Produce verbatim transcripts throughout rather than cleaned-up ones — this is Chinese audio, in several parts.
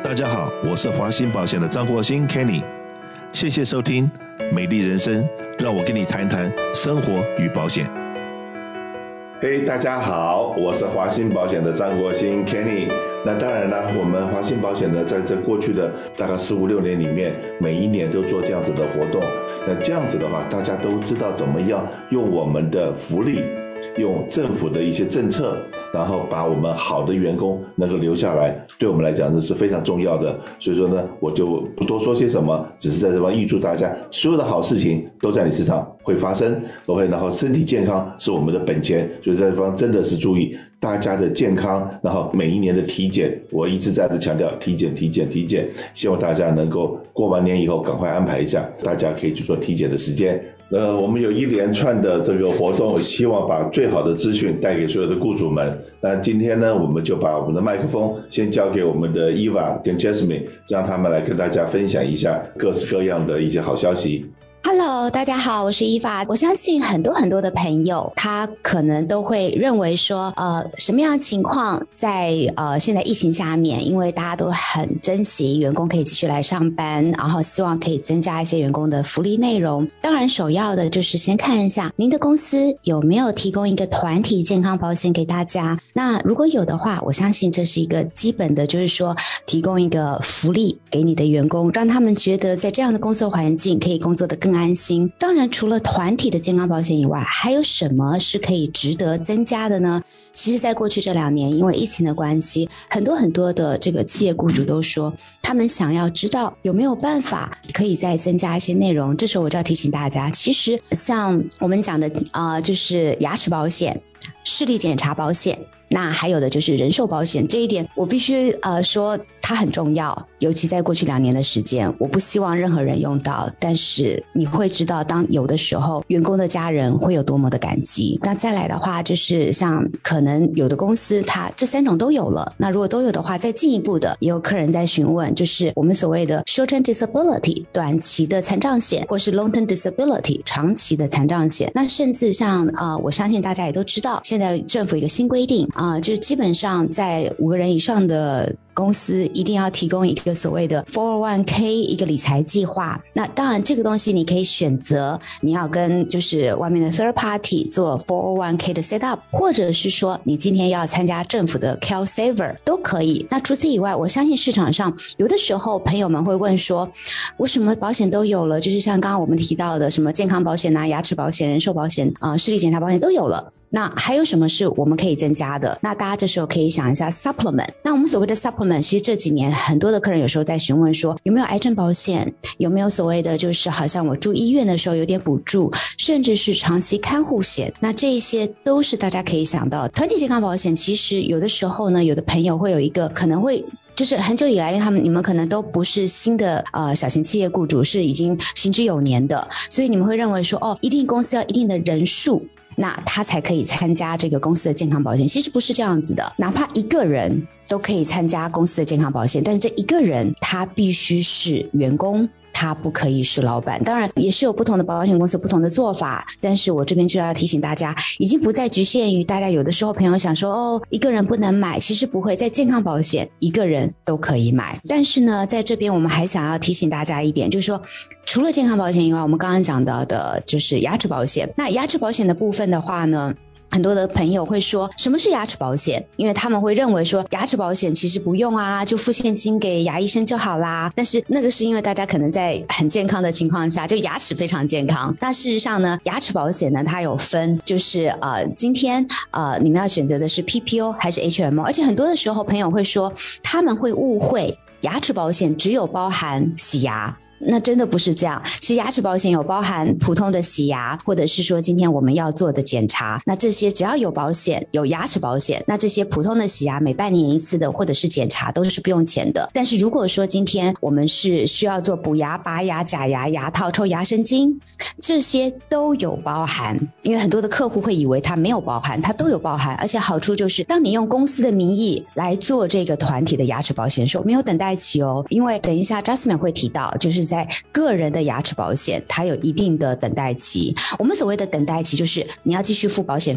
大家好，我是华兴保险的张国兴 Kenny， 谢谢收听美丽人生，让我跟你谈谈生活与保险。嘿、hey, 大家好，我是华兴保险的张国兴 Kenny。 那当然了，我们华兴保险呢，在这过去的大概十五六年里面，每一年都做这样子的活动。那这样子的话，大家都知道怎么样用我们的福利，用政府的一些政策，然后把我们好的员工能够留下来，对我们来讲这是非常重要的。所以说呢，我就不多说些什么，只是在这方预祝大家所有的好事情都在你身上会发生 OK， 然后身体健康是我们的本钱，所以在这方真的是注意大家的健康，然后每一年的体检，我一直在这强调体检体检体检，希望大家能够过完年以后赶快安排一下，大家可以去做体检的时间。呃，我们有一连串的这个活动，希望把最好的资讯带给所有的雇主们。那今天呢，我们就把我们的麦克风先交给我们的 Eva 跟 Jasmine， 让他们来跟大家分享一下各式各样的一些好消息。 Hello， 大家好，我是伊娃。我相信很多很多的朋友，他可能都会认为说，呃，什么样的情况在呃现在疫情下面，因为大家都很珍惜员工可以继续来上班，然后希望可以增加一些员工的福利内容。当然，首要的就是先看一下您的公司有没有提供一个团体健康保险给大家。那如果有的话，我相信这是一个基本的，就是说提供一个福利给你的员工，让他们觉得在这样的工作环境可以工作得更安心。当然除了团体的健康保险以外，还有什么是可以值得增加的呢？其实在过去这两年，因为疫情的关系，很多很多的这个企业雇主都说他们想要知道有没有办法可以再增加一些内容。这时候我就要提醒大家，其实像我们讲的呃，就是牙齿保险、视力检查保险，那还有的就是人寿保险，这一点我必须呃说它很重要，尤其在过去两年的时间，我不希望任何人用到，但是你会知道当有的时候员工的家人会有多么的感激。那再来的话，就是像可能有的公司它这三种都有了，那如果都有的话，再进一步的也有客人在询问，就是我们所谓的 short-term disability 短期的残障险，或是 long-term disability 长期的残障险。那甚至像呃，我相信大家也都知道，现在政府一个新规定啊、呃，就是基本上在五个人以上的公司一定要提供一个所谓的 四零一 k 一个理财计划。那当然这个东西你可以选择你要跟就是外面的 third party 做 四零一 k 的 set up， 或者是说你今天要参加政府的 CalSaver 都可以。那除此以外，我相信市场上有的时候朋友们会问说，我什么保险都有了，就是像刚刚我们提到的什么健康保险啊、牙齿保险、人寿保险啊、呃、视力检查保险都有了，那还有什么是我们可以增加的？那大家这时候可以想一下 supplement。 那我们所谓的 supplement，其实这几年很多的客人有时候在询问说，有没有癌症保险，有没有所谓的就是好像我住医院的时候有点补助，甚至是长期看护险。那这一些都是大家可以想到。团体健康保险其实有的时候呢，有的朋友会有一个可能会就是很久以来，因为他们你们可能都不是新的呃小型企业雇主，是已经行之有年的，所以你们会认为说，哦，一定公司要一定的人数，那他才可以参加这个公司的健康保险。其实不是这样子的，哪怕一个人都可以参加公司的健康保险，但是这一个人他必须是员工，他不可以是老板。当然也是有不同的保险公司不同的做法，但是我这边就要提醒大家，已经不再局限于大家有的时候朋友想说，哦，一个人不能买，其实不会，在健康保险一个人都可以买。但是呢，在这边我们还想要提醒大家一点，就是说除了健康保险以外，我们刚刚讲到的就是牙齿保险。那牙齿保险的部分的话呢，很多的朋友会说什么是牙齿保险，因为他们会认为说牙齿保险其实不用啊，就付现金给牙医生就好啦。但是那个是因为大家可能在很健康的情况下，就牙齿非常健康。但事实上呢，牙齿保险呢它有分，就是呃今天呃你们要选择的是 P P O 还是 H M O， 而且很多的时候朋友会说他们会误会牙齿保险只有包含洗牙，那真的不是这样。其实牙齿保险有包含普通的洗牙，或者是说今天我们要做的检查，那这些只要有保险，有牙齿保险，那这些普通的洗牙每半年一次的或者是检查都是不用钱的。但是如果说今天我们是需要做补牙、拔牙、假牙、牙套、抽牙神经，这些都有包含。因为很多的客户会以为它没有包含，它都有包含。而且好处就是当你用公司的名义来做这个团体的牙齿保险的时候，没有等待期哦。因为等一下 Jasmine 会提到，就是在个人的牙齿保险它有一定的等待期。我们所谓的等待期就是你要继续付保险费，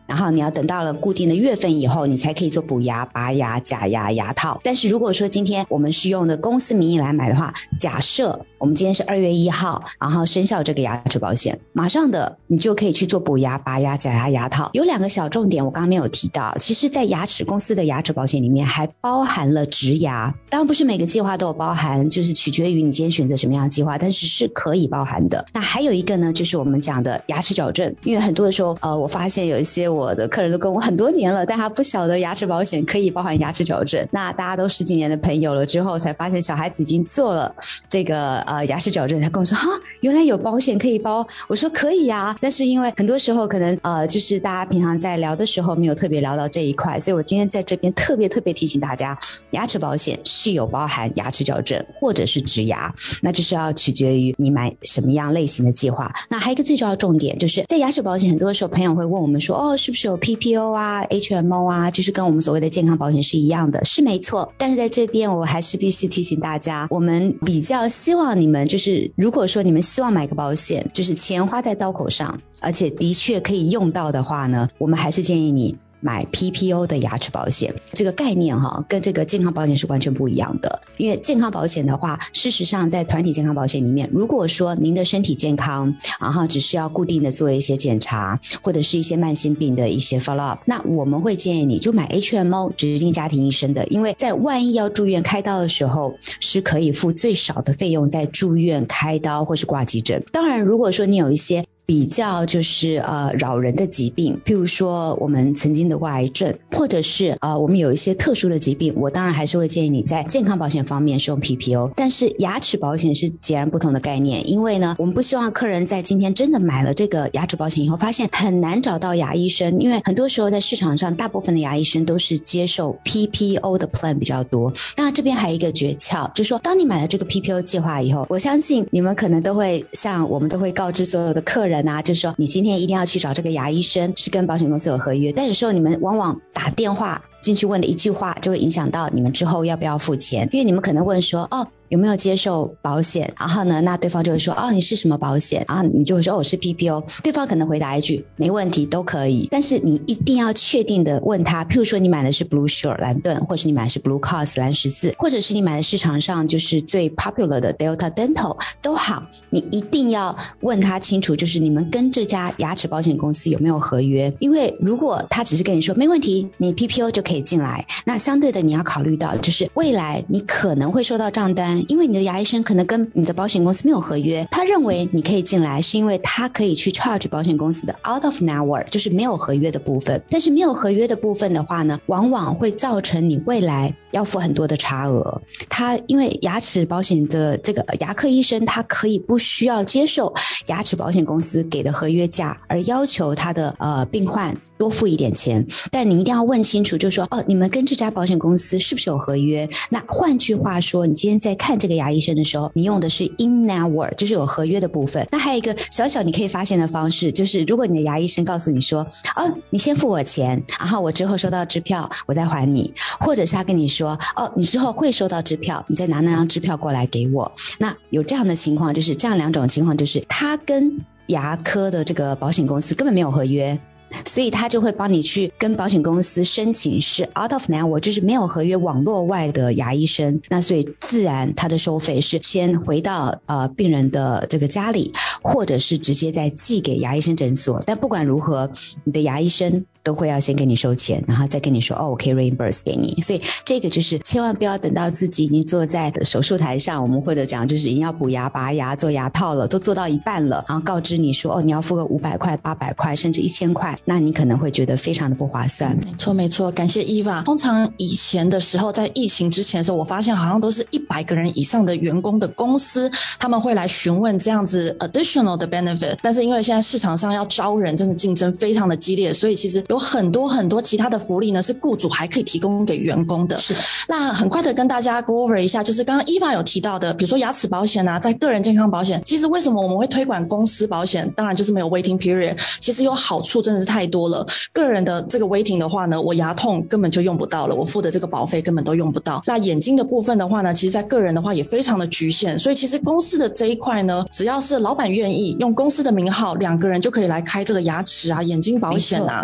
然后你要等到了固定的月份以后，你才可以做补牙、拔牙、假牙、牙套。但是如果说今天我们是用的公司名义来买的话，假设我们今天是二月一号，然后生效这个牙齿保险，马上的你就可以去做补牙、拔牙、假牙、牙套。有两个小重点我刚刚没有提到，其实在牙齿公司的牙齿保险里面还包含了植牙，当然不是每个计划都有包含，就是取决于你今天选择什么样的计划，但是是可以包含的。那还有一个呢，就是我们讲的牙齿矫正，因为很多的时候呃，我发现有一些我的客人都跟我很多年了，但他不晓得牙齿保险可以包含牙齿矫正。那大家都十几年的朋友了之后，才发现小孩子已经做了这个呃牙齿矫正，他跟我说哈，原来有保险可以包。我说可以啊，但是因为很多时候可能呃，就是大家平常在聊的时候没有特别聊到这一块，所以我今天在这边特别特别提醒大家，牙齿保险是有包含牙齿矫正或者是植牙，那就是要取决于你买什么样类型的计划。那还有一个最重要的重点，就是在牙齿保险很多时候朋友会问我们说，哦，是不是有 P P O 啊 H M O 啊，就是跟我们所谓的健康保险是一样的，是没错。但是在这边我还是必须提醒大家，我们比较希望你们就是如果说你们希望买个保险，就是钱花在刀口上，而且的确可以用到的话呢，我们还是建议你买 P P O 的牙齿保险。这个概念哈，跟这个健康保险是完全不一样的。因为健康保险的话，事实上在团体健康保险里面，如果说您的身体健康，然后只是要固定的做一些检查，或者是一些慢性病的一些 follow up， 那我们会建议你就买 H M O 指定家庭医生的，因为在万一要住院开刀的时候，是可以付最少的费用在住院开刀或是挂急诊。当然如果说你有一些比较就是呃扰人的疾病，譬如说我们曾经得过癌症，或者是呃我们有一些特殊的疾病，我当然还是会建议你在健康保险方面是用 P P O。 但是牙齿保险是截然不同的概念，因为呢我们不希望客人在今天真的买了这个牙齿保险以后发现很难找到牙医生，因为很多时候在市场上大部分的牙医生都是接受 P P O 的 plan 比较多。那这边还有一个诀窍，就是说当你买了这个 P P O 计划以后，我相信你们可能都会像我们都会告知所有的客人啊，就是说你今天一定要去找这个牙医生，是跟保险公司有合约，但有时候你们往往打电话进去问的一句话就会影响到你们之后要不要付钱。因为你们可能问说哦有没有接受保险，然后呢那对方就会说哦你是什么保险，然后你就会说哦我是 P P O， 对方可能回答一句没问题都可以，但是你一定要确定的问他，譬如说你买的是 Blue Shield 蓝盾，或是你买的是 Blue Cross 蓝十字，或者是你买的市场上就是最 popular 的 Delta Dental 都好，你一定要问他清楚，就是你们跟这家牙齿保险公司有没有合约。因为如果他只是跟你说没问题你 P P O 就可以进来，那相对的你要考虑到就是未来你可能会收到账单，因为你的牙医生可能跟你的保险公司没有合约，他认为你可以进来是因为他可以去 charge 保险公司的 out of network， 就是没有合约的部分。但是没有合约的部分的话呢，往往会造成你未来要付很多的差额。他因为牙齿保险的这个牙科医生他可以不需要接受牙齿保险公司给的合约价，而要求他的呃病患多付一点钱，但你一定要问清楚，就是说哦你们跟这家保险公司是不是有合约。那换句话说，你今天在看这个牙医生的时候，你用的是 in network， 就是有合约的部分。那还有一个小小你可以发现的方式，就是如果你的牙医生告诉你说哦你先付我钱，然后我之后收到支票我再还你，或者是他跟你说哦你之后会收到支票，你再拿那张支票过来给我。那有这样的情况，就是这样两种情况，就是他跟牙科的这个保险公司根本没有合约，所以他就会帮你去跟保险公司申请是 out of network， 就是没有合约网络外的牙医生。那所以自然他的收费是先回到呃病人的这个家里，或者是直接再寄给牙医生诊所。但不管如何，你的牙医生都会要先跟你收钱，然后再跟你说哦我可以 reimburse 给你。所以这个就是千万不要等到自己已经坐在手术台上，我们或者讲就是已经要补牙拔牙做牙套了，都做到一半了，然后告知你说哦你要付个五百块八百块甚至一千块，那你可能会觉得非常的不划算。 没错没错，感谢 Eva。 通常以前的时候，在疫情之前的时候，我发现好像都是一百个人以上的员工的公司，他们会来询问这样子 additional 的 benefit， 但是因为现在市场上要招人真的竞争非常的激烈，所以其实有很多很多其他的福利呢是雇主还可以提供给员工的。 是的。 那很快的跟大家 go over 一下，就是刚刚 Eva 有提到的，比如说牙齿保险啊，在个人健康保险，其实为什么我们会推广公司保险，当然就是没有 waiting period， 其实有好处真的是太多了。个人的这个 waiting 的话呢，我牙痛根本就用不到了，我付的这个保费根本都用不到。那眼睛的部分的话呢，其实在个人的话也非常的局限，所以其实公司的这一块呢，只要是老板愿意用公司的名号，两个人就可以来开这个牙齿啊眼睛保险啊，对不对？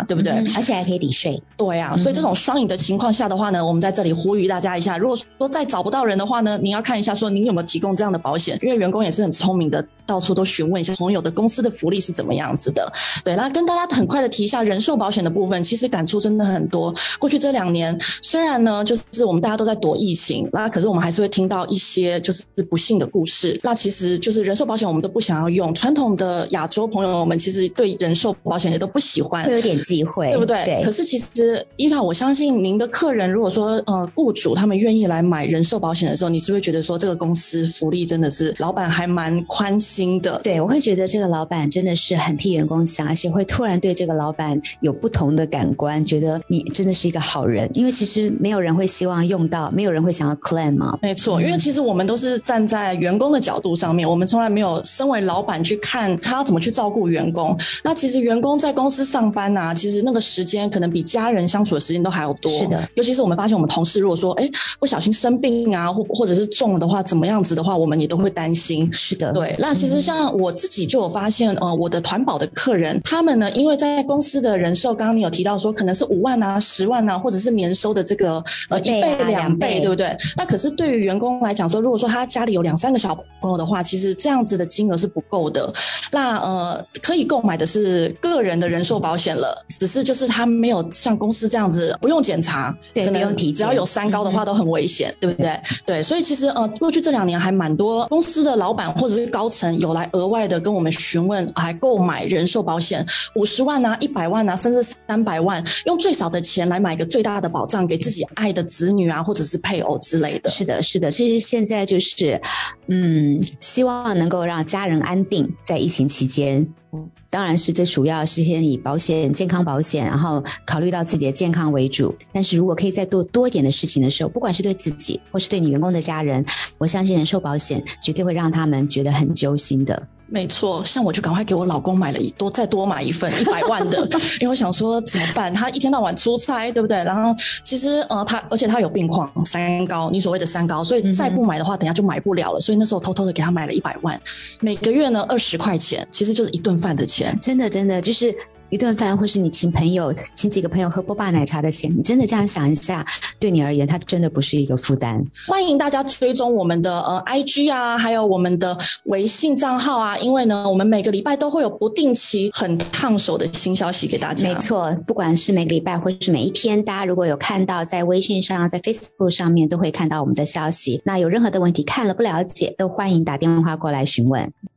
而且还可以抵税。 对啊，所以这种双赢的情况下的话呢，我们在这里呼吁大家一下，如果说再找不到人的话呢，你要看一下说你有没有提供这样的保险，因为员工也是很聪明的，到处都询问一下朋友的公司的福利是怎么样子的。对，那跟大家很快的提一下人寿保险的部分，其实感触真的很多。过去这两年虽然呢就是我们大家都在躲疫情，那可是我们还是会听到一些就是不幸的故事，那其实就是人寿保险我们都不想要用，传统的亚洲朋友们其实对人寿保险也都不喜欢， 会有点忌讳， 对不对？对。可是其实依法我相信您的客人如果说呃雇主他们愿意来买人寿保险的时候，你是不是觉得说这个公司福利真的是老板还蛮宽心的？ 对，我会觉得这个老板真的是很替员工想，而且会突然对这个老板有不同的感官，觉得你真的是一个好人，因为其实没有人会希望用到，没有人会想要 claim 嘛。 没错，因为其实我们都是站在员工的角度上面，我们从来没有身为老板去看他要怎么去照顾员工。那其实员工在公司上班啊，其实那个时间可能比家人相处的时间都还要多。 是的， 尤其是我们发现我们同事如果说哎不小心生病啊，或或者是中了的话怎么样子的话，我们也都会担心。 是的， 对。那其实像我自己就有发现呃，我的团保的客人他们呢，因为在公司的人寿刚刚你有提到说可能是五万啊十万啊，或者是年收的这个呃一倍两倍，对不对？那可是对于员工来讲说，如果说他家里有两三个小朋友的话，其实这样子的金额是不够的。那呃可以购买的是个人的人寿保险了，只是就是他没有像公司这样子不用检查， 对，不用体检， 只要有三高的话都很危险，嗯、对不对？对，所以其实呃过去这两年还蛮多公司的老板或者是高层有来额外的跟我们询问，还购买人寿保险五十万啊、一百万啊，甚至三百万，用最少的钱来买个最大的保障给自己爱的子女啊，或者是配偶之类的。 是的，是的，其实现在就是嗯，希望能够让家人安定，在疫情期间。当然是最主要是先以保险健康保险，然后考虑到自己的健康为主，但是如果可以再多多一点的事情的时候，不管是对自己或是对你员工的家人，我相信人寿保险绝对会让他们觉得很揪心的。 没错，像我就赶快给我老公买了一多再多买一份一百万的，因为我想说怎么办？他一天到晚出差，对不对？然后其实呃他而且他有病况三高，你所谓的三高，所以再不买的话，等一下就买不了了。所以那时候偷偷的给他买了一百万，每个月呢二十块钱，其实就是一顿饭的钱。 真的真的就是一顿饭，或是你请朋友请几个朋友喝波霸奶茶的钱，你真的这样想一下，对你而言它真的不是一个负担。 欢迎大家追踪我们的呃 I G 啊，还有我们的微信账号啊，因为呢我们每个礼拜都会有不定期很烫手的新消息给大家。 没错，不管是每个礼拜或是每一天，大家如果有看到在微信上在 Facebook 上面都会看到我们的消息，那有任何的问题看了不了解都欢迎打电话过来询问。